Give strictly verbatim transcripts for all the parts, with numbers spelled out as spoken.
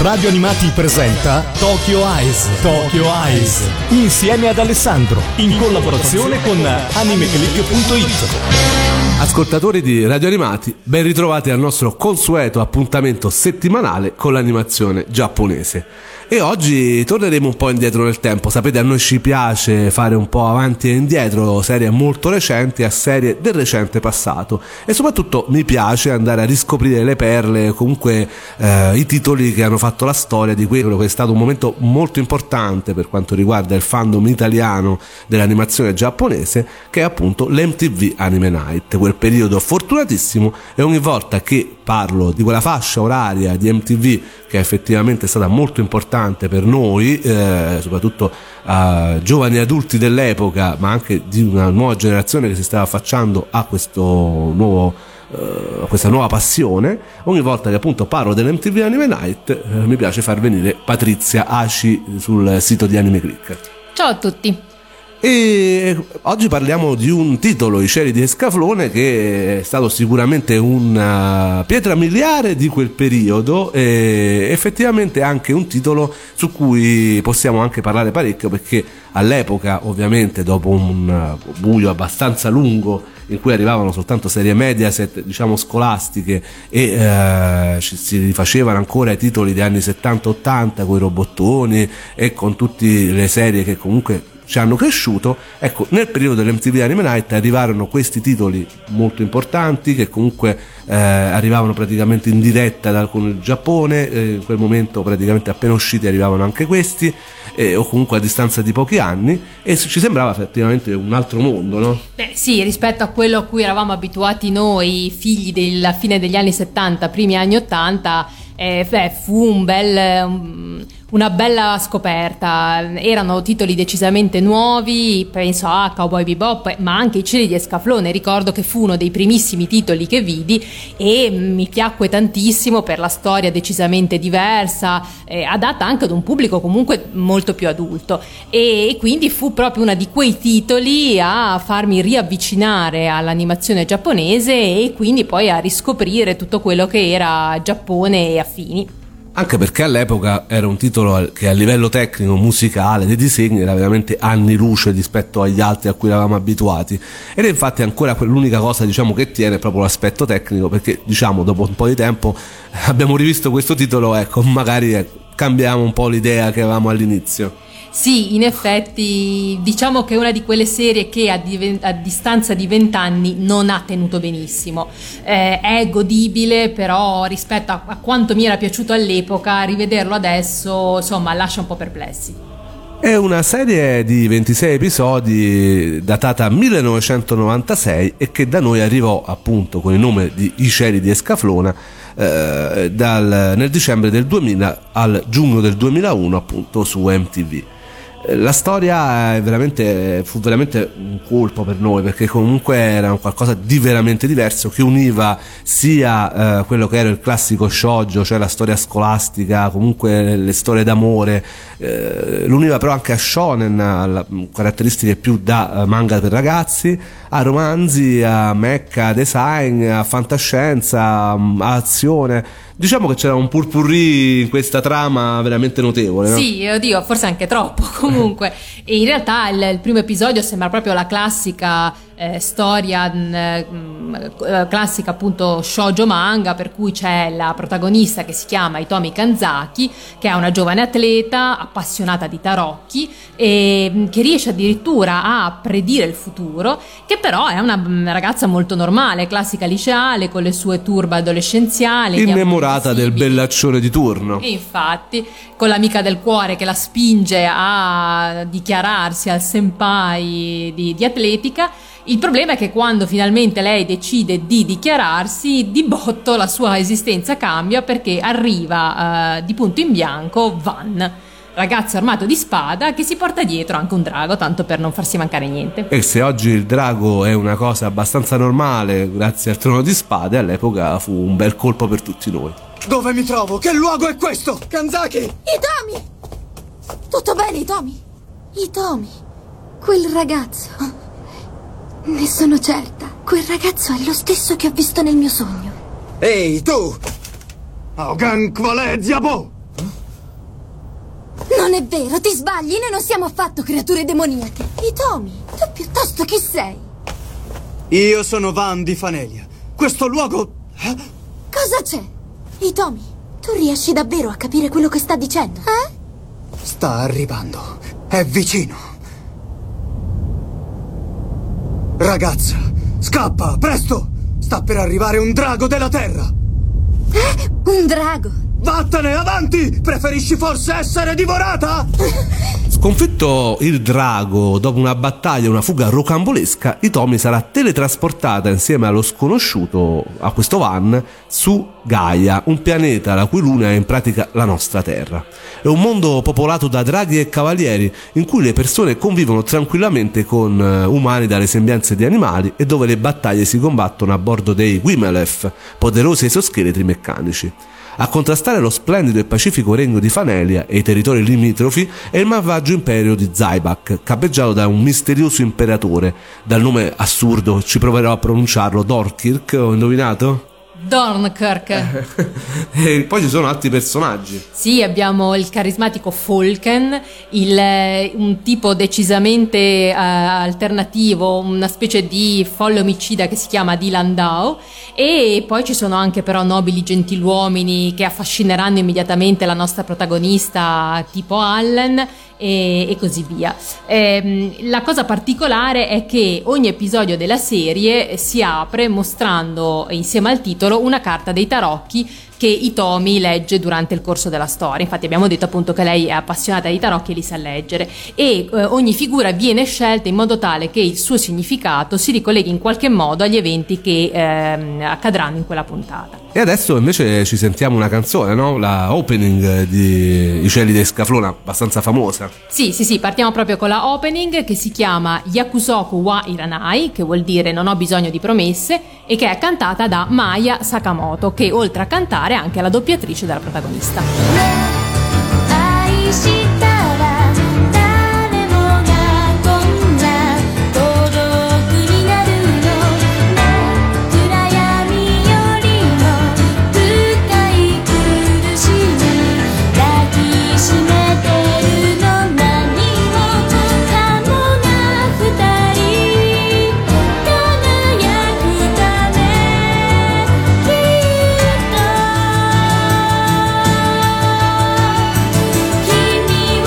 Radio Animati presenta Tokyo Eyes. Tokyo Eyes. Insieme ad Alessandro. In collaborazione con animeclick punto it. Ascoltatori di Radio Animati, ben ritrovati al nostro consueto appuntamento settimanale con l'animazione giapponese. E oggi torneremo un po' indietro nel tempo. Sapete, a noi ci piace fare un po' avanti e indietro, serie molto recenti a serie del recente passato, e soprattutto mi piace andare a riscoprire le perle, comunque eh, i titoli che hanno fatto la storia di quello che è stato un momento molto importante per quanto riguarda il fandom italiano dell'animazione giapponese, che è appunto l'M T V Anime Night, quel periodo fortunatissimo. E ogni volta che parlo di quella fascia oraria di M T V che effettivamente è stata molto importante per noi, eh, soprattutto a giovani adulti dell'epoca, ma anche di una nuova generazione che si stava affacciando a questo nuovo uh, a questa nuova passione, ogni volta che appunto parlo dell'M T V Anime Night eh, mi piace far venire Patrizia Aci sul sito di Animeclick. Ciao a tutti. E oggi parliamo di un titolo, I cieli di Escaflowne, che è stato sicuramente una pietra miliare di quel periodo, e effettivamente anche un titolo su cui possiamo anche parlare parecchio, perché all'epoca, ovviamente dopo un buio abbastanza lungo in cui arrivavano soltanto serie Mediaset, diciamo scolastiche, e eh, ci si rifacevano ancora i titoli degli anni settanta ottanta con i robottoni e con tutte le serie che comunque ci hanno cresciuto. Ecco, nel periodo dell'M T V Anime Night arrivarono questi titoli molto importanti che comunque eh, arrivavano praticamente in diretta da, con il Giappone, eh, in quel momento praticamente appena usciti arrivavano anche questi, eh, o comunque a distanza di pochi anni, e ci sembrava effettivamente un altro mondo, no? Beh sì, rispetto a quello a cui eravamo abituati noi, figli della fine degli anni settanta, primi anni ottanta, eh, beh, fu un bel... Um, una bella scoperta. Erano titoli decisamente nuovi, penso a Cowboy Bebop, ma anche I cieli di Escaflowne. Ricordo che fu uno dei primissimi titoli che vidi e mi piacque tantissimo per la storia decisamente diversa, eh, adatta anche ad un pubblico comunque molto più adulto, e, e quindi fu proprio uno di quei titoli a farmi riavvicinare all'animazione giapponese e quindi poi a riscoprire tutto quello che era Giappone e affini. Anche perché all'epoca era un titolo che a livello tecnico, musicale, dei disegni era veramente anni luce rispetto agli altri a cui eravamo abituati, ed è infatti ancora l'unica cosa, diciamo, che tiene è proprio l'aspetto tecnico, perché diciamo dopo un po' di tempo abbiamo rivisto questo titolo, ecco, magari ecco, cambiamo un po' l'idea che avevamo all'inizio. Sì, in effetti diciamo che è una di quelle serie che a, diven- a distanza di vent'anni non ha tenuto benissimo. Eh, è godibile, però rispetto a, a quanto mi era piaciuto all'epoca, rivederlo adesso insomma lascia un po' perplessi. È una serie di ventisei episodi datata millenovecentonovantasei e che da noi arrivò appunto con il nome di I cieli di Escaflowne eh, dal, nel dicembre del duemila al giugno del duemilauno appunto su M T V. La storia è veramente, fu veramente un colpo per noi, perché comunque era qualcosa di veramente diverso che univa sia eh, quello che era il classico shoujo, cioè la storia scolastica, comunque le storie d'amore, eh, l'univa però anche a shonen, a caratteristiche più da manga per ragazzi, a romanzi, a mecha design, a fantascienza, a azione. Diciamo che c'era un purpurri in questa trama veramente notevole, no? Sì, oddio, forse anche troppo comunque. E in realtà il, il primo episodio sembra proprio la classica eh, storia mh, classica appunto shoujo manga, per cui c'è la protagonista che si chiama Hitomi Kanzaki, che è una giovane atleta appassionata di tarocchi e mh, che riesce addirittura a predire il futuro, che però è una mh, ragazza molto normale, classica liceale con le sue turbe adolescenziali, innamorata del bellaccione di turno. E infatti, con l'amica del cuore che la spinge a dichiararsi al senpai di, di atletica. Il problema è che quando finalmente lei decide di dichiararsi, di botto la sua esistenza cambia, perché arriva uh, di punto in bianco Van, ragazzo armato di spada che si porta dietro anche un drago, tanto per non farsi mancare niente. E se oggi il drago è una cosa abbastanza normale grazie al trono di spade, all'epoca fu un bel colpo per tutti noi. Dove mi trovo? Che luogo è questo? Kanzaki! Hitomi! Tutto bene, Hitomi? Hitomi, quel ragazzo... Ne sono certa. Quel ragazzo è lo stesso che ho visto nel mio sogno. Ehi, tu! Augan, qual è, Diabo? Non è vero, ti sbagli, noi non siamo affatto creature demoniache. Hitomi, tu piuttosto chi sei? Io sono Van di Fanelia. Questo luogo... Eh? Cosa c'è? Hitomi, tu riesci davvero a capire quello che sta dicendo? Eh? Sta arrivando. È vicino. Ragazza, scappa, presto! Sta per arrivare un drago della terra. Eh? Un drago? Vattene, avanti! Preferisci forse essere divorata? Sconfitto il drago dopo una battaglia, una fuga rocambolesca, Hitomi sarà teletrasportata insieme allo sconosciuto, a questo Van, su Gaia, un pianeta la cui luna è in pratica la nostra Terra. È un mondo popolato da draghi e cavalieri in cui le persone convivono tranquillamente con umani dalle sembianze di animali e dove le battaglie si combattono a bordo dei Wimelef, poderosi esoscheletri meccanici. A contrastare lo splendido e pacifico regno di Fanelia e i territori limitrofi è il malvagio imperio di Zaibak, capeggiato da un misterioso imperatore, dal nome assurdo, ci proverò a pronunciarlo, Dorkirk, ho indovinato? Dornkirk. E poi ci sono altri personaggi. Sì, abbiamo il carismatico Falken, il, un tipo decisamente uh, alternativo, una specie di folle omicida che si chiama Dylan Dao, e poi ci sono anche però nobili gentiluomini che affascineranno immediatamente la nostra protagonista, tipo Allen, e, e così via. Ehm, la cosa particolare è che ogni episodio della serie si apre mostrando insieme al titolo una carta dei tarocchi che Hitomi legge durante il corso della storia. Infatti abbiamo detto appunto che lei è appassionata di tarocchi e li sa leggere, e eh, ogni figura viene scelta in modo tale che il suo significato si ricolleghi in qualche modo agli eventi che eh, accadranno in quella puntata. E adesso invece ci sentiamo una canzone, no? La opening di I cieli di Scaflona, abbastanza famosa. Sì, sì, sì, partiamo proprio con la opening, che si chiama Yakusoku wa Iranai, che vuol dire non ho bisogno di promesse, e che è cantata da Maya Sakamoto, che oltre a cantare è anche la doppiatrice della protagonista. 君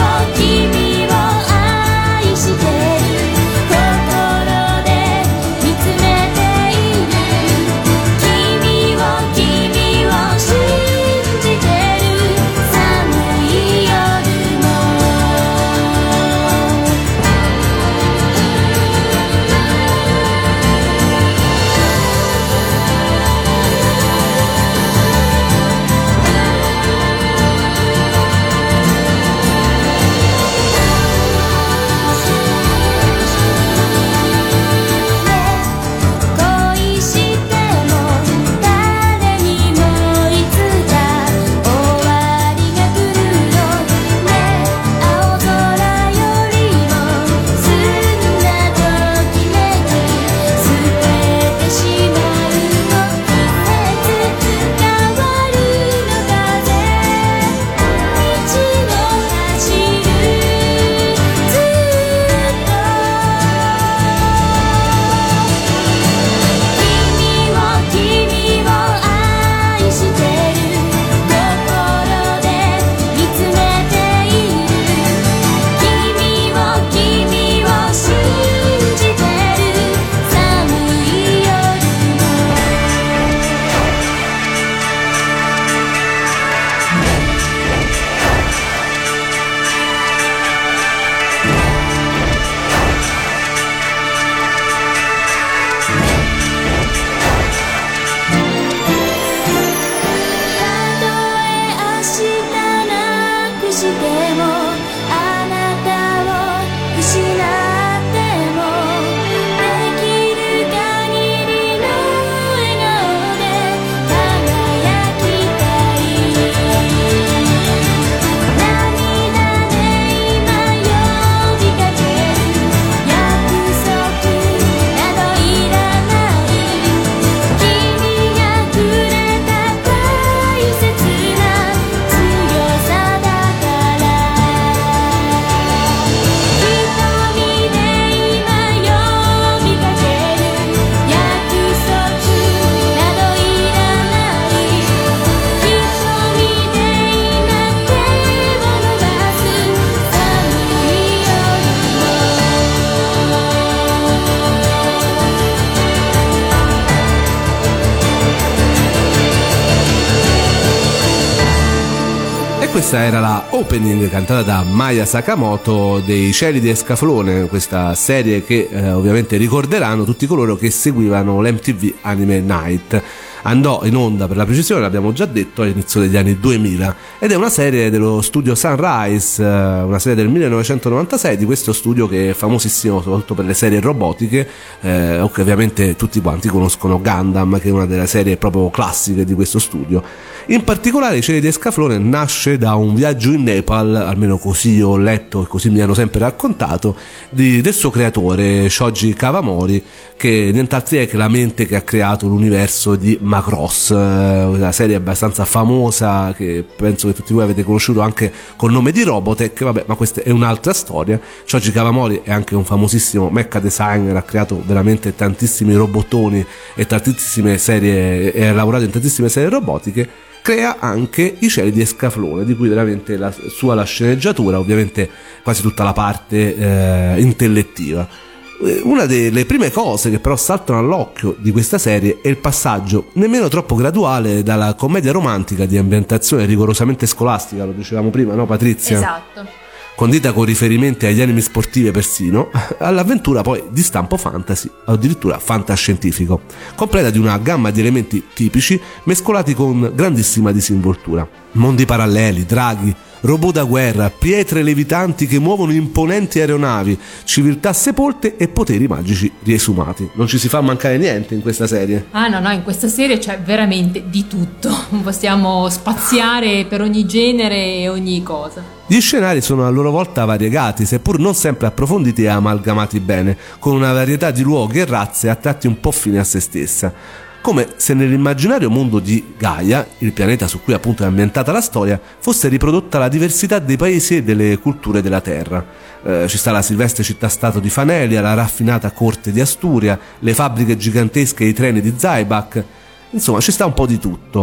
questa era la opening cantata da Maya Sakamoto dei Cieli di Escaflowne, questa serie che eh, ovviamente ricorderanno tutti coloro che seguivano l'M T V Anime Night. Andò in onda, per la precisione, l'abbiamo già detto, all'inizio degli anni duemila, ed è una serie dello studio Sunrise, una serie del millenovecentonovantasei, di questo studio che è famosissimo soprattutto per le serie robotiche, eh, che ovviamente tutti quanti conoscono Gundam, che è una delle serie proprio classiche di questo studio. In particolare i Cieli di Escaflowne nasce da un viaggio in Nepal, almeno così ho letto e così mi hanno sempre raccontato, di, del suo creatore Shoji Kawamori, che nient'altro è che la mente che ha creato l'universo di Macross, una serie abbastanza famosa che penso che tutti voi avete conosciuto anche col nome di Robotech, vabbè, ma questa è un'altra storia. Shoji Kawamori è anche un famosissimo mecha designer, ha creato veramente tantissimi robottoni e tantissime serie, e ha lavorato in tantissime serie robotiche. Crea anche i Cieli di Escaflowne, di cui veramente la sua la sceneggiatura, ovviamente quasi tutta la parte eh, intellettiva. Una delle prime cose che però saltano all'occhio di questa serie è il passaggio nemmeno troppo graduale dalla commedia romantica di ambientazione rigorosamente scolastica, lo dicevamo prima, no Patrizia? Esatto. Condita con riferimenti agli anime sportivi persino, all'avventura poi di stampo fantasy o addirittura fantascientifico, completa di una gamma di elementi tipici mescolati con grandissima disinvoltura. Mondi paralleli, draghi, robot da guerra, pietre levitanti che muovono imponenti aeronavi, civiltà sepolte e poteri magici riesumati. Non ci si fa mancare niente in questa serie. Ah no, no, in questa serie c'è veramente di tutto. Possiamo spaziare per ogni genere e ogni cosa. Gli scenari sono a loro volta variegati, seppur non sempre approfonditi e amalgamati bene, con una varietà di luoghi e razze a tratti un po' fine a se stessa. Come se nell'immaginario mondo di Gaia, il pianeta su cui appunto è ambientata la storia, fosse riprodotta la diversità dei paesi e delle culture della Terra. Eh, ci sta la silvestre città-stato di Fanelia, la raffinata corte di Asturia, le fabbriche gigantesche e i treni di Zaibak, insomma ci sta un po' di tutto.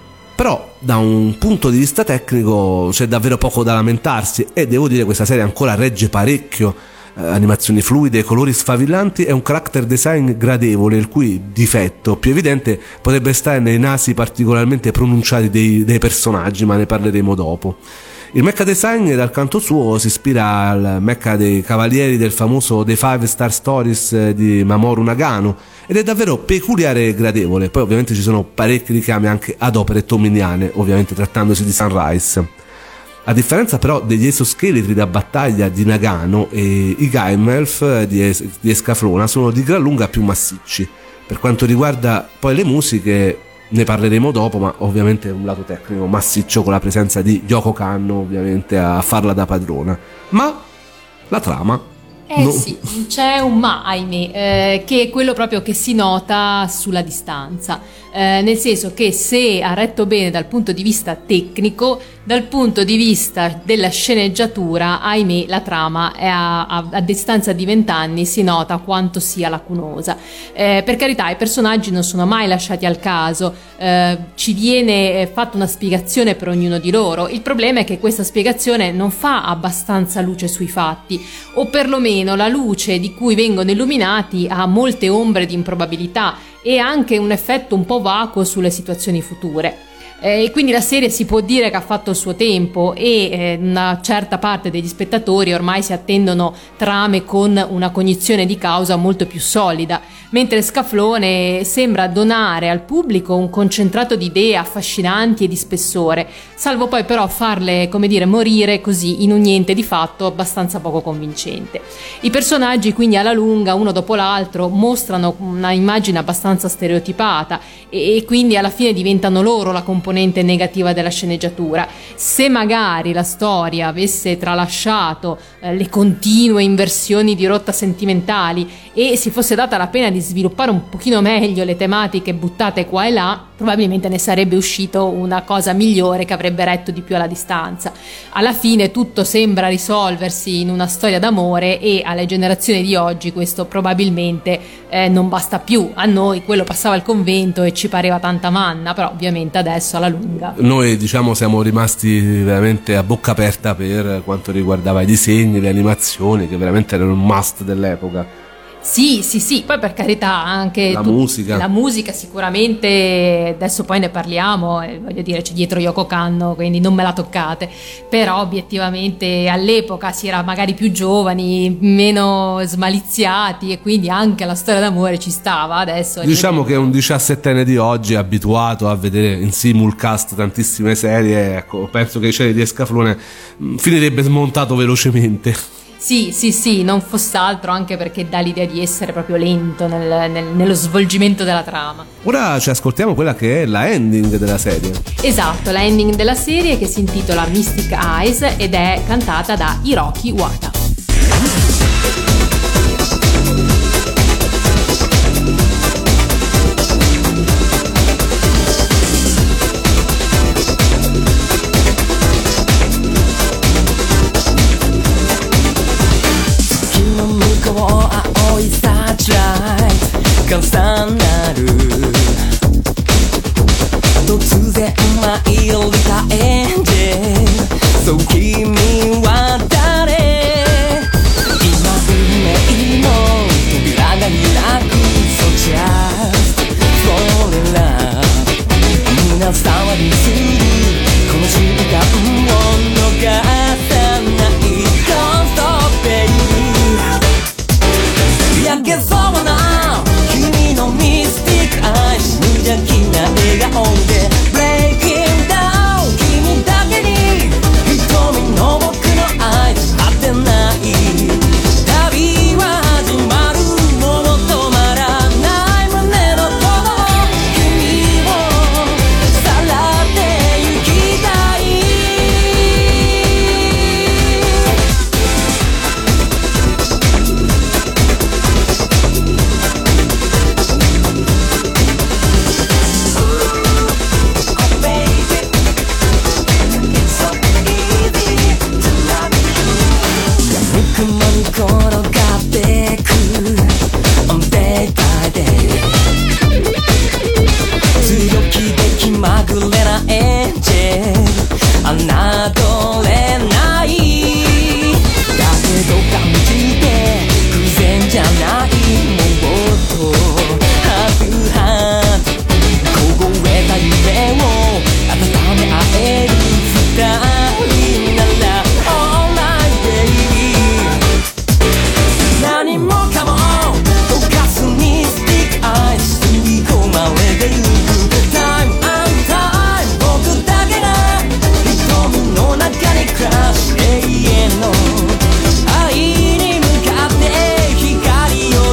Però da un punto di vista tecnico c'è davvero poco da lamentarsi e devo dire che questa serie ancora regge parecchio. Eh, animazioni fluide, colori sfavillanti e un character design gradevole, il cui difetto più evidente potrebbe stare nei nasi particolarmente pronunciati dei, dei personaggi, ma ne parleremo dopo. Il mecha design dal canto suo si ispira al mecha dei cavalieri del famoso The Five Star Stories di Mamoru Nagano ed è davvero peculiare e gradevole. Poi ovviamente ci sono parecchi richiami anche ad opere tominiane, ovviamente trattandosi di Sunrise. A differenza però degli esoscheletri da battaglia di Nagano, e i Gaimelf di, es- di Escaflowne sono di gran lunga più massicci. Per quanto riguarda poi le musiche ne parleremo dopo, ma ovviamente è un lato tecnico massiccio con la presenza di Yoko Kanno ovviamente a farla da padrona. Ma la trama... Eh no. sì, c'è un ma, ahimè, eh, che è quello proprio che si nota sulla distanza, eh, nel senso che se ha retto bene dal punto di vista tecnico, dal punto di vista della sceneggiatura, ahimè, la trama è a, a, a distanza di vent'anni si nota quanto sia lacunosa. Eh, per carità, i personaggi non sono mai lasciati al caso, eh, ci viene fatta una spiegazione per ognuno di loro. Il problema è che questa spiegazione non fa abbastanza luce sui fatti, o perlomeno la luce di cui vengono illuminati ha molte ombre di improbabilità e anche un effetto un po' vacuo sulle situazioni future. E quindi la serie si può dire che ha fatto il suo tempo e eh, una certa parte degli spettatori ormai si attendono trame con una cognizione di causa molto più solida, mentre Escaflowne sembra donare al pubblico un concentrato di idee affascinanti e di spessore, salvo poi però farle, come dire, morire così in un niente di fatto abbastanza poco convincente. I personaggi quindi alla lunga, uno dopo l'altro, mostrano una immagine abbastanza stereotipata e, e quindi alla fine diventano loro la componente negativa della sceneggiatura. Se magari la storia avesse tralasciato eh, le continue inversioni di rotta sentimentali e si fosse data la pena di sviluppare un pochino meglio le tematiche buttate qua e là, probabilmente ne sarebbe uscito una cosa migliore che avrebbe retto di più alla distanza. Alla fine tutto sembra risolversi in una storia d'amore e alle generazioni di oggi questo probabilmente eh, non basta più. A noi quello passava al convento e ci pareva tanta manna, però ovviamente adesso alla lunga noi diciamo siamo rimasti veramente a bocca aperta per quanto riguardava i disegni, le animazioni, che veramente erano un must dell'epoca. Sì, sì, sì, poi per carità anche La tu- musica. la musica sicuramente, adesso poi ne parliamo, eh, voglio dire c'è dietro Yoko Kanno, quindi non me la toccate, però obiettivamente all'epoca si era magari più giovani, meno smaliziati e quindi anche la storia d'amore ci stava. Adesso Diciamo che un diciassettenne di oggi è abituato a vedere in simulcast tantissime serie, ecco, penso che i cieli di Escaflowne mh, finirebbe smontato velocemente. Sì, sì, sì, non fosse altro anche perché dà l'idea di essere proprio lento nel- nel- nello svolgimento della trama. Ora ci ascoltiamo quella che è la ending della serie. Esatto, la ending della serie che si intitola Mystic Eyes ed è cantata da Hiroki Wada. 重なる突然舞い降りたエンジェルそう君は誰今運命の扉が開く So just fall in love 胸騒ぎするこの瞬間を逃さない Don't stop baby 焼けそうな君のミスティックアイズ無邪気な笑顔で Breaking down 君だけに瞳の僕の愛果てない旅は始まるもう止まらない胸の鼓動君をさらって行きたい雲に転がってく Day by day 強気で気まぐれなエンジェル侮れないだけど感じて偶然じゃないもっとハートハート凍えた夢を温め合える二人なら All night baby 何もかも溶かすミスティックアイス吸い込まれてゆく Time and time 僕だけが瞳の中に暮らし永遠の愛に向かって光を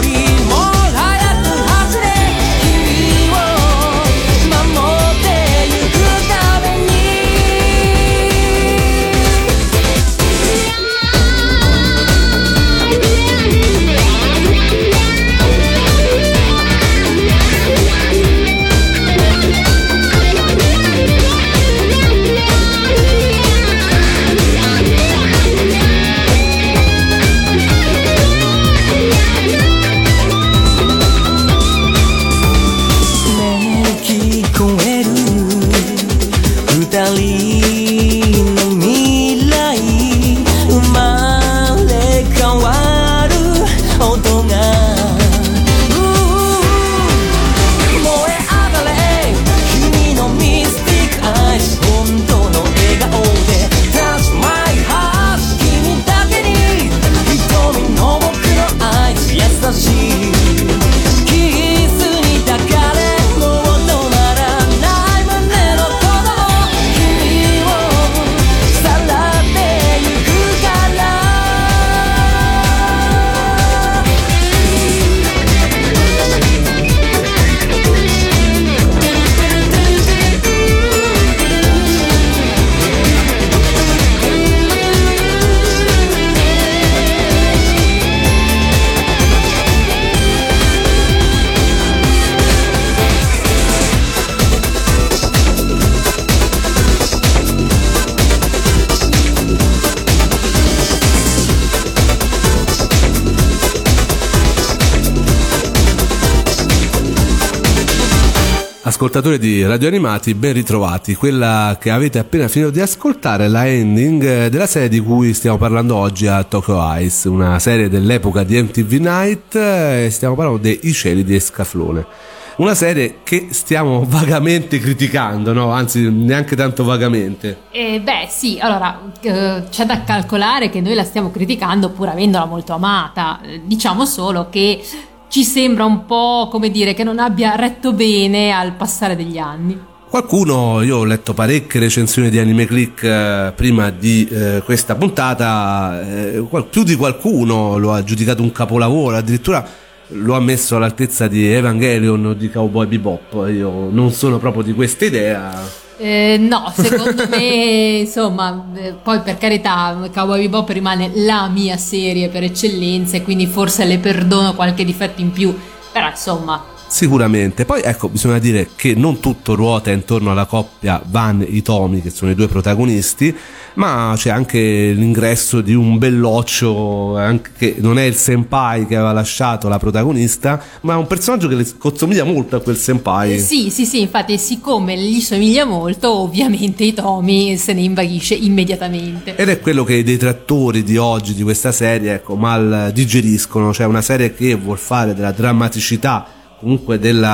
ascoltatori di Radio Animati, ben ritrovati. Quella che avete appena finito di ascoltare è la ending della serie di cui stiamo parlando oggi a Tokyo Eyes, una serie dell'epoca di M T V Night, e stiamo parlando dei cieli di Escaflowne. Una serie che stiamo vagamente criticando, no? Anzi, neanche tanto vagamente. Eh, beh, sì, allora eh, c'è da calcolare che noi la stiamo criticando pur avendola molto amata. Eh, diciamo solo che ci sembra un po', come dire, che non abbia retto bene al passare degli anni. Qualcuno, io ho letto parecchie recensioni di Anime Click eh, prima di eh, questa puntata, eh, più di qualcuno lo ha giudicato un capolavoro, addirittura lo ha messo all'altezza di Evangelion o di Cowboy Bebop. Io non sono proprio di questa idea. Eh, no, secondo me, insomma, eh, poi per carità, Cowboy Bebop rimane la mia serie per eccellenza e quindi forse le perdono qualche difetto in più, però insomma... Sicuramente. Poi ecco, bisogna dire che non tutto ruota intorno alla coppia Van Hitomi, che sono i due protagonisti, ma c'è anche l'ingresso di un belloccio, anche che non è il senpai che aveva lasciato la protagonista, ma è un personaggio che le consomiglia molto a quel senpai. Eh, sì, sì, sì, infatti siccome gli somiglia molto, ovviamente Hitomi se ne invaghisce immediatamente. Ed è quello che i detrattori di oggi di questa serie, ecco, mal digeriscono, cioè una serie che vuol fare della drammaticità, comunque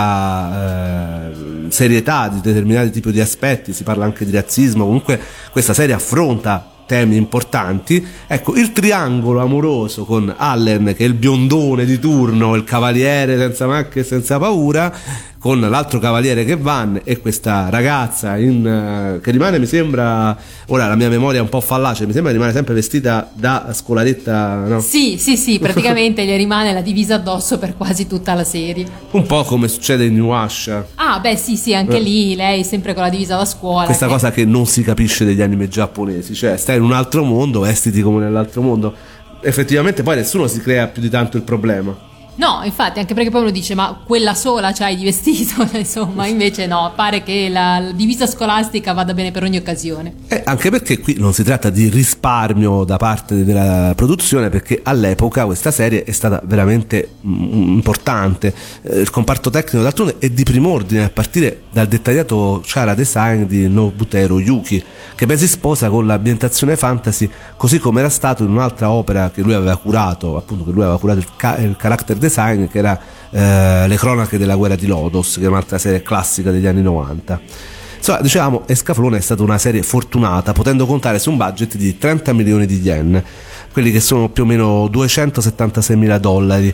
della eh, serietà di determinati tipi di aspetti, si parla anche di razzismo, comunque questa serie affronta temi importanti. Ecco, il triangolo amoroso con Allen, che è il biondone di turno, il cavaliere senza macchie e senza paura, con l'altro cavaliere che è Van, e questa ragazza in, uh, che rimane, mi sembra, ora la mia memoria è un po' fallace, mi sembra rimane sempre vestita da scolaretta, no? Sì, sì, sì, praticamente gli rimane la divisa addosso per quasi tutta la serie. Un po' come succede in Inuyasha. Ah, beh, sì, sì, anche eh. lì lei sempre con la divisa da scuola. Questa che... cosa che non si capisce degli anime giapponesi, cioè stai in un altro mondo, vestiti come nell'altro mondo. Effettivamente poi nessuno si crea più di tanto il problema. No, infatti, anche perché poi uno dice ma quella sola c'hai di vestito, insomma, invece no, pare che la, la divisa scolastica vada bene per ogni occasione. Eh, anche perché qui non si tratta di risparmio da parte della produzione, perché all'epoca questa serie è stata veramente mm, importante. Eh, il comparto tecnico d'altronde è di prim'ordine, a partire dal dettagliato chara design di Nobutero Yuki, che ben si sposa con l'ambientazione fantasy, così come era stato in un'altra opera che lui aveva curato, appunto che lui aveva curato il, ca- il character design, che era eh, Le cronache della guerra di Lodos, che è un'altra serie classica degli anni novanta. Insomma, dicevamo, Escaflowne è stata una serie fortunata, potendo contare su un budget di trenta milioni di yen, quelli che sono più o meno duecentosettantasei mila dollari,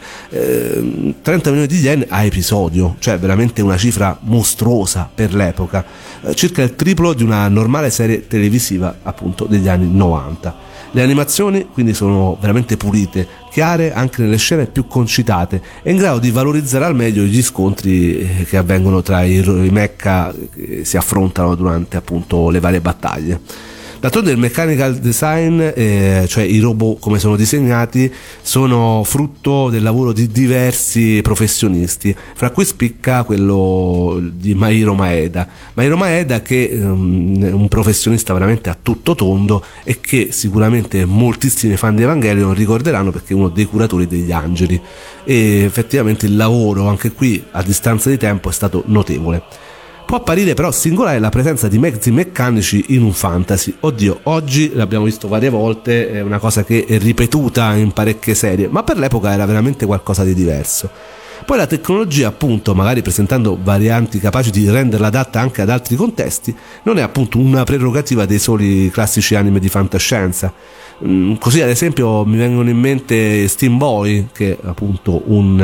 eh, trenta milioni di yen a episodio, cioè veramente una cifra mostruosa per l'epoca, eh, circa il triplo di una normale serie televisiva appunto degli anni novanta. Le animazioni quindi sono veramente pulite, chiare anche nelle scene più concitate e in grado di valorizzare al meglio gli scontri che avvengono tra i, i mecha che si affrontano durante appunto le varie battaglie. D'altronde il mechanical design, eh, cioè i robot come sono disegnati, sono frutto del lavoro di diversi professionisti, fra cui spicca quello di Mairo Maeda. Mairo Maeda che um, è un professionista veramente a tutto tondo e che sicuramente moltissimi fan di Evangelion ricorderanno perché è uno dei curatori degli Angeli, e effettivamente il lavoro anche qui a distanza di tempo è stato notevole. Può apparire però singolare la presenza di mezzi meccanici in un fantasy. Oddio, oggi l'abbiamo visto varie volte, è una cosa che è ripetuta in parecchie serie, ma per l'epoca era veramente qualcosa di diverso. Poi la tecnologia, appunto, magari presentando varianti capaci di renderla adatta anche ad altri contesti, non è appunto una prerogativa dei soli classici anime di fantascienza. Così ad esempio mi vengono in mente Steam Boy, che è appunto un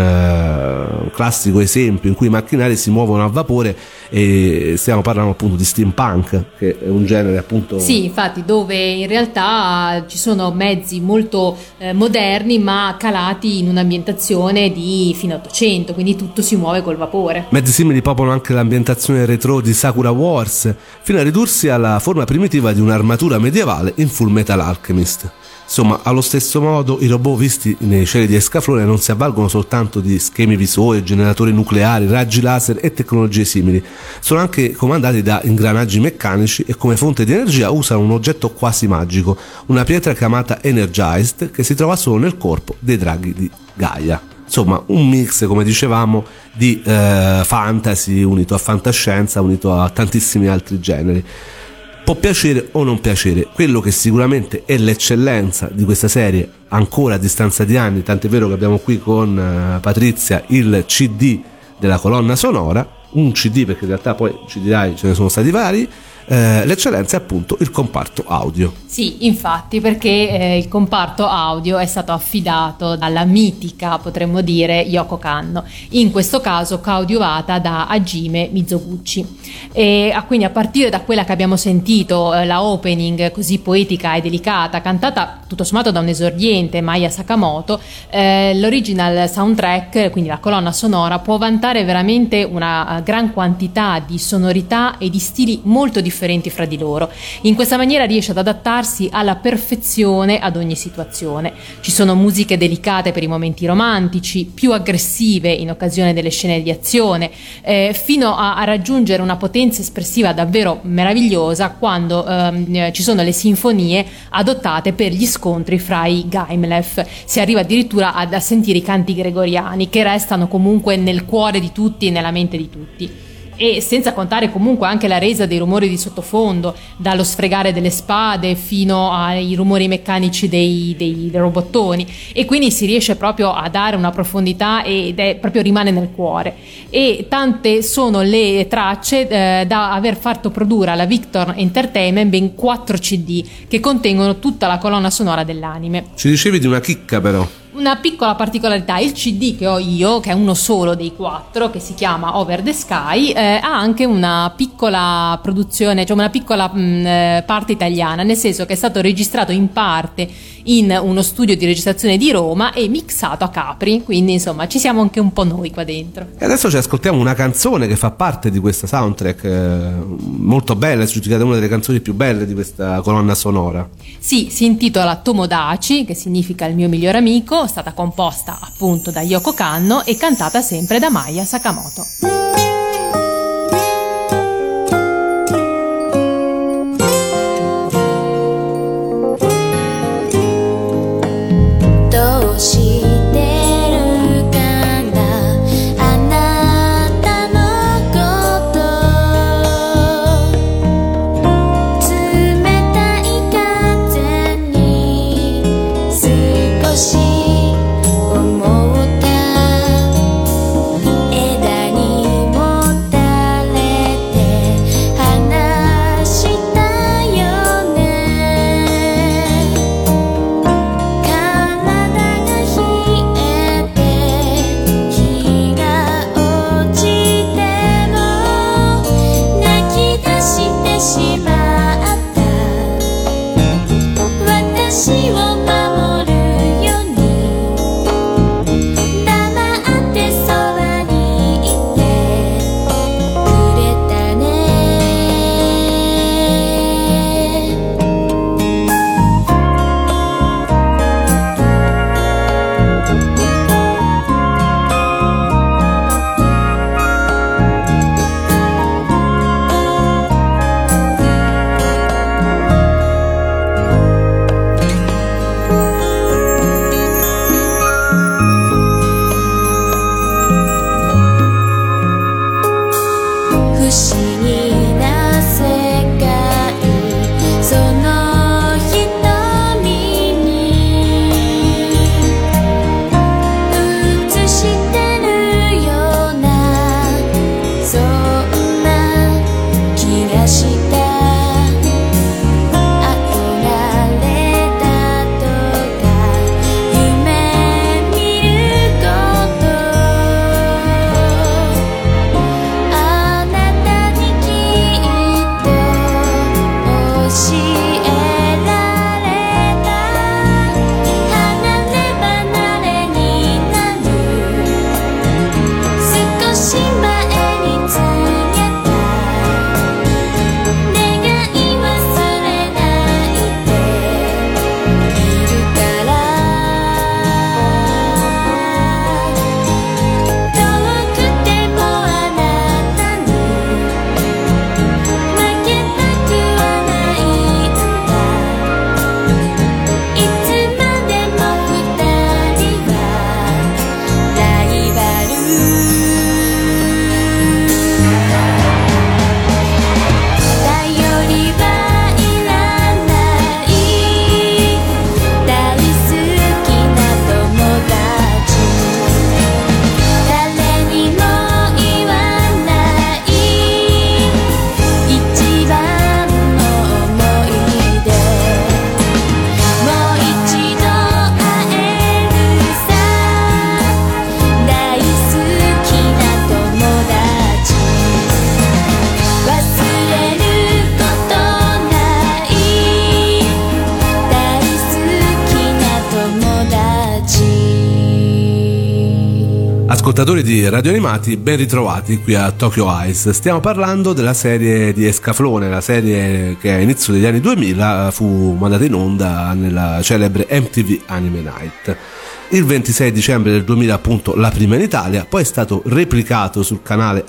uh, classico esempio in cui i macchinari si muovono a vapore, e stiamo parlando appunto di steampunk, che è un genere appunto... Sì, infatti, dove in realtà ci sono mezzi molto eh, moderni ma calati in un'ambientazione di fine ottocento, quindi tutto si muove col vapore. Mezzi simili popolano anche l'ambientazione retro di Sakura Wars, fino a ridursi alla forma primitiva di un'armatura medievale in Full Metal Alchemist. Insomma, allo stesso modo i robot visti nei cieli di Escaflowne non si avvalgono soltanto di schemi visori, generatori nucleari, raggi laser e tecnologie simili, sono anche comandati da ingranaggi meccanici e come fonte di energia usano un oggetto quasi magico, una pietra chiamata Energized, che si trova solo nel corpo dei draghi di Gaia. insomma un mix, come dicevamo, di eh, fantasy unito a fantascienza, unito a tantissimi altri generi. Può piacere o non piacere, quello che sicuramente è l'eccellenza di questa serie ancora a distanza di anni, tant'è vero che abbiamo qui con eh, Patrizia il C D della colonna sonora, un C D perché in realtà poi ci dirai ce ne sono stati vari. Eh, l'eccellenza è appunto il comparto audio. Sì, infatti, perché eh, il comparto audio è stato affidato dalla mitica, potremmo dire, Yoko Kanno, in questo caso coadiuvata da Hajime Mizoguchi. E quindi a partire da quella che abbiamo sentito, eh, la opening così poetica e delicata, cantata tutto sommato da un esordiente, Maya Sakamoto, eh, l'original soundtrack, quindi la colonna sonora, può vantare veramente una gran quantità di sonorità e di stili molto differenti fra di loro. In questa maniera riesce ad adattarsi alla perfezione ad ogni situazione. Ci sono musiche delicate per i momenti romantici, più aggressive in occasione delle scene di azione, eh, fino a, a raggiungere una potenza espressiva davvero meravigliosa quando ehm, ci sono le sinfonie adottate per gli scontri fra i Gaimlev. Si arriva addirittura ad, a sentire i canti gregoriani, che restano comunque nel cuore di tutti e nella mente di tutti. E senza contare comunque anche la resa dei rumori di sottofondo, dallo sfregare delle spade fino ai rumori meccanici dei, dei robottoni, e quindi si riesce proprio a dare una profondità ed è proprio rimane nel cuore. E tante sono le tracce eh, da aver fatto produrre alla Victor Entertainment ben quattro C D che contengono tutta la colonna sonora dell'anime. Ci dicevi di una chicca però. Una piccola particolarità: il C D che ho io, che è uno solo dei quattro, che si chiama Over the Sky, eh, ha anche una piccola produzione, cioè una piccola mh, parte italiana, nel senso che è stato registrato in parte in uno studio di registrazione di Roma e mixato a Capri, quindi insomma ci siamo anche un po' noi qua dentro. E adesso ci ascoltiamo una canzone che fa parte di questa soundtrack, eh, molto bella, è giudicata una delle canzoni più belle di questa colonna sonora. Sì, si intitola Tomodachi, che significa il mio migliore amico, stata composta appunto da Yoko Kanno e cantata sempre da Maya Sakamoto. 「 Ascoltatori di Radio Animati, ben ritrovati qui a Tokyo Eyes. Stiamo parlando della serie di Escaflowne, la serie che a inizio degli anni duemila fu mandata in onda nella celebre M T V Anime Night. Il ventisei dicembre del duemila, appunto, la prima in Italia, poi è stato replicato sul canale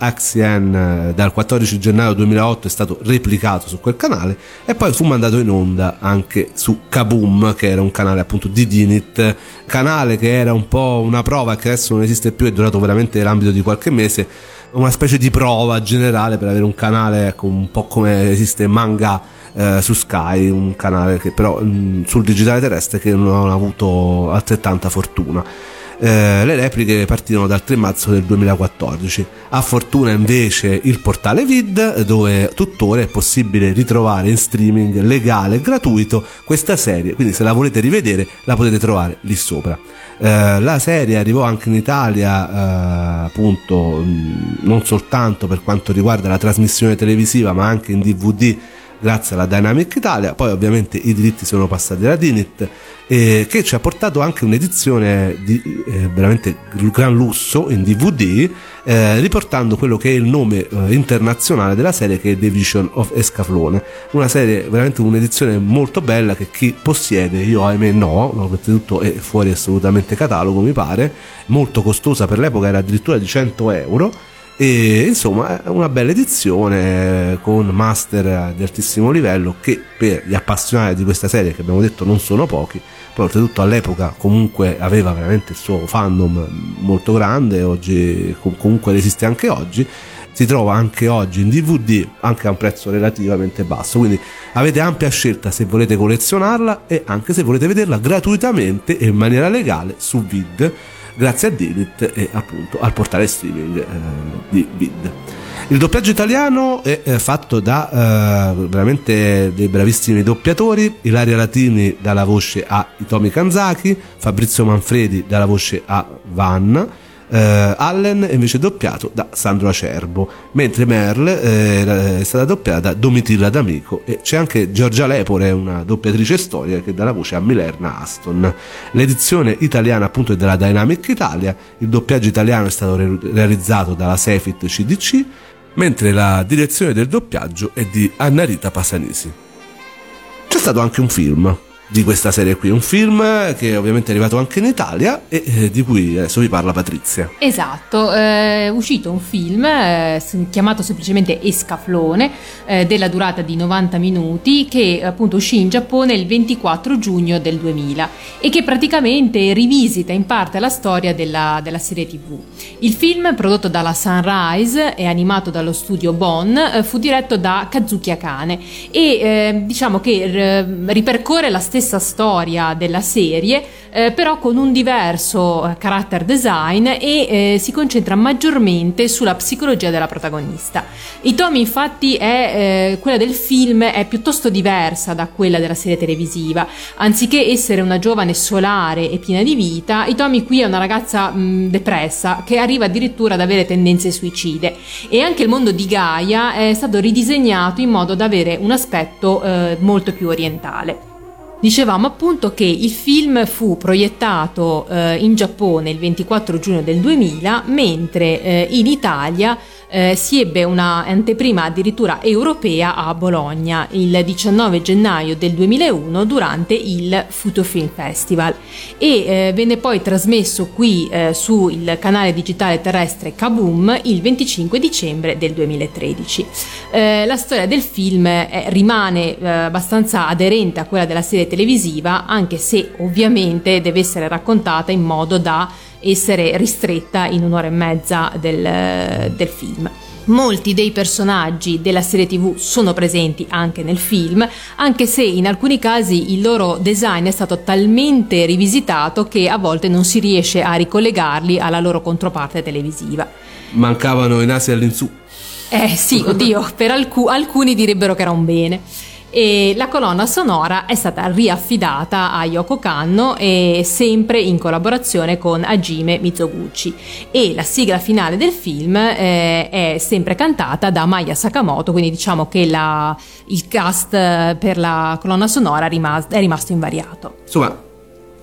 Axien dal quattordici gennaio duemilaotto, è stato replicato su quel canale e poi fu mandato in onda anche su Kaboom, che era un canale appunto di Dinit, canale che era un po' una prova che adesso non esiste più, è durato veramente nell'ambito di qualche mese, una specie di prova generale per avere un canale, ecco, un po' come esiste Manga Eh, su Sky, un canale che però mh, sul digitale terrestre che non ha avuto altrettanta fortuna. Eh, le repliche partirono dal tre marzo del duemilaquattordici. A fortuna invece il portale Vid, dove tuttora è possibile ritrovare in streaming legale e gratuito questa serie, quindi se la volete rivedere la potete trovare lì sopra. Eh, la serie arrivò anche in Italia, eh, appunto mh, non soltanto per quanto riguarda la trasmissione televisiva ma anche in D V D grazie alla Dynamic Italia. Poi ovviamente i diritti sono passati alla Dinit, eh, che ci ha portato anche un'edizione di eh, veramente gran lusso in D V D, eh, riportando quello che è il nome eh, internazionale della serie, che è The Vision of Escaflowne, una serie veramente, un'edizione molto bella che chi possiede, io ahimè no, no, perché tutto è fuori assolutamente catalogo mi pare, molto costosa per l'epoca, era addirittura di cento euro. E insomma è una bella edizione con master di altissimo livello che per gli appassionati di questa serie, che abbiamo detto non sono pochi, poi oltretutto all'epoca comunque aveva veramente il suo fandom molto grande, oggi comunque resiste anche oggi, si trova anche oggi in D V D anche a un prezzo relativamente basso, quindi avete ampia scelta se volete collezionarla e anche se volete vederla gratuitamente e in maniera legale su Vid, grazie a Dinit e appunto al portale streaming eh, di Vid. Il doppiaggio italiano è eh, fatto da eh, veramente dei bravissimi doppiatori: Ilaria Latini dalla voce a Hitomi Kanzaki, Fabrizio Manfredi dalla voce a Van, Uh, Allen è invece doppiato da Sandro Acerbo, mentre Merle eh, è stata doppiata da Domitilla D'Amico, e c'è anche Giorgia Lepore, una doppiatrice storica, che dà la voce a Milerna Aston. L'edizione italiana appunto è della Dynamic Italia, il doppiaggio italiano è stato re- realizzato dalla Sefit C D C, mentre la direzione del doppiaggio è di Annarita Pasanisi. C'è stato anche un film di questa serie qui, un film che ovviamente è arrivato anche in Italia e eh, di cui adesso vi parla Patrizia. Esatto, è uscito un film eh, chiamato semplicemente Escaflowne, eh, della durata di novanta minuti, che appunto uscì in Giappone il ventiquattro giugno del duemila e che praticamente rivisita in parte la storia della, della serie tivù. Il film, prodotto dalla Sunrise e animato dallo studio Bon, eh, fu diretto da Kazuki Akane e eh, diciamo che eh, ripercorre la stessa stessa storia della serie, eh, però con un diverso eh, character design e eh, si concentra maggiormente sulla psicologia della protagonista. Hitomi infatti è eh, quella del film è piuttosto diversa da quella della serie televisiva. Anziché essere una giovane solare e piena di vita, Hitomi qui è una ragazza mh, depressa che arriva addirittura ad avere tendenze suicide, e anche il mondo di Gaia è stato ridisegnato in modo da avere un aspetto eh, molto più orientale. Dicevamo appunto che il film fu proiettato eh, in Giappone il ventiquattro giugno del duemila, mentre eh, in Italia eh, si ebbe una anteprima addirittura europea a Bologna il diciannove gennaio del duemilauno durante il Futo Film Festival, e eh, venne poi trasmesso qui eh, sul canale digitale terrestre Kaboom il venticinque dicembre del duemilatredici. Eh, la storia del film eh, rimane eh, abbastanza aderente a quella della serie televisiva, anche se ovviamente deve essere raccontata in modo da essere ristretta in un'ora e mezza del, del film. Molti dei personaggi della serie tivù sono presenti anche nel film, anche se in alcuni casi il loro design è stato talmente rivisitato che a volte non si riesce a ricollegarli alla loro controparte televisiva. Mancavano i nasi all'insù. Eh sì, oddio, per alc- alcuni direbbero che era un bene. E la colonna sonora è stata riaffidata a Yoko Kanno, e sempre in collaborazione con Hajime Mizoguchi, e la sigla finale del film eh, è sempre cantata da Maya Sakamoto, quindi diciamo che la, il cast per la colonna sonora è rimasto, è rimasto invariato. Insomma,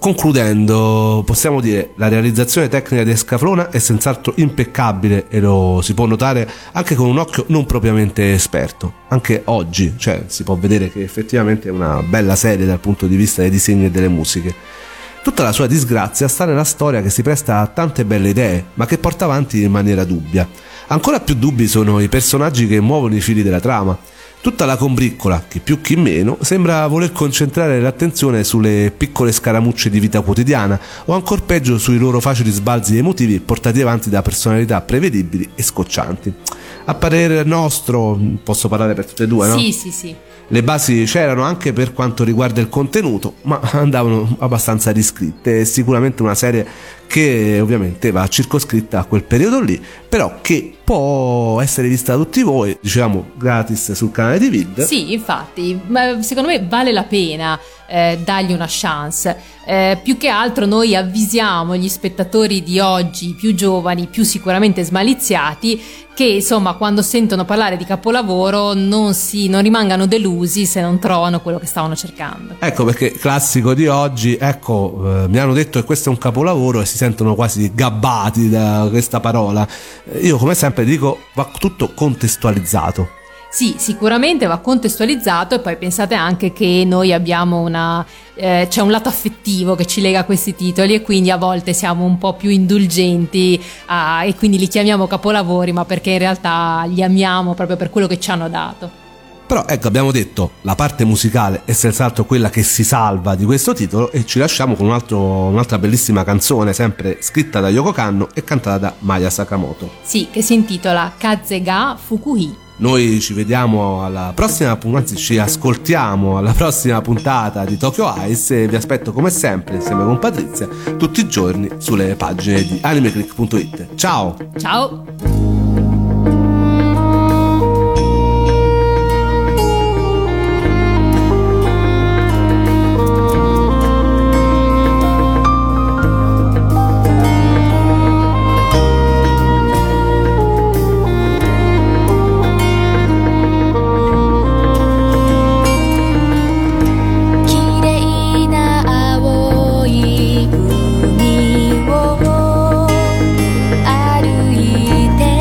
concludendo, possiamo dire la realizzazione tecnica di Escaflowne è senz'altro impeccabile e lo si può notare anche con un occhio non propriamente esperto. Anche oggi, cioè, si può vedere che effettivamente è una bella serie dal punto di vista dei disegni e delle musiche. Tutta la sua disgrazia sta nella storia che si presta a tante belle idee, ma che porta avanti in maniera dubbia. Ancora più dubbi sono i personaggi che muovono i fili della trama. Tutta la combriccola, chi più chi meno, sembra voler concentrare l'attenzione sulle piccole scaramucce di vita quotidiana o ancor peggio sui loro facili sbalzi emotivi portati avanti da personalità prevedibili e scoccianti. A parere nostro, posso parlare per tutte e due, no? Sì, sì, sì. Le basi c'erano anche per quanto riguarda il contenuto, ma andavano abbastanza riscritte. È sicuramente una serie che ovviamente va circoscritta a quel periodo lì, però che può essere vista da tutti voi, diciamo gratis sul canale di Vid. Sì, infatti, ma secondo me vale la pena eh, dargli una chance. Eh, più che altro noi avvisiamo gli spettatori di oggi, più giovani, più sicuramente smaliziati, che insomma quando sentono parlare di capolavoro non, si, non rimangano delusi se non trovano quello che stavano cercando. Ecco perché classico di oggi, ecco, eh, mi hanno detto che questo è un capolavoro e si sentono quasi gabbati da questa parola. Io come sempre dico, va tutto contestualizzato. Sì, sicuramente va contestualizzato, e poi pensate anche che noi abbiamo una eh, c'è un lato affettivo che ci lega a questi titoli, e quindi a volte siamo un po' più indulgenti a, e quindi li chiamiamo capolavori, ma perché in realtà li amiamo proprio per quello che ci hanno dato. Però ecco, abbiamo detto, la parte musicale è senz'altro quella che si salva di questo titolo, e ci lasciamo con un altro, un'altra bellissima canzone, sempre scritta da Yoko Kanno e cantata da Maya Sakamoto. Sì, che si intitola Kaze ga Fukuhi. Noi ci vediamo alla prossima, anzi ci ascoltiamo alla prossima puntata di Tokyo Ice, e vi aspetto come sempre insieme con Patrizia tutti i giorni sulle pagine di animeclick punto it. Ciao! Ciao! 歩いて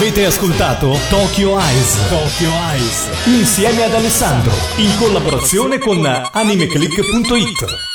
Avete ascoltato Tokyo Eyes. Tokyo Eyes. Insieme ad Alessandro. In collaborazione con animeclick punto it.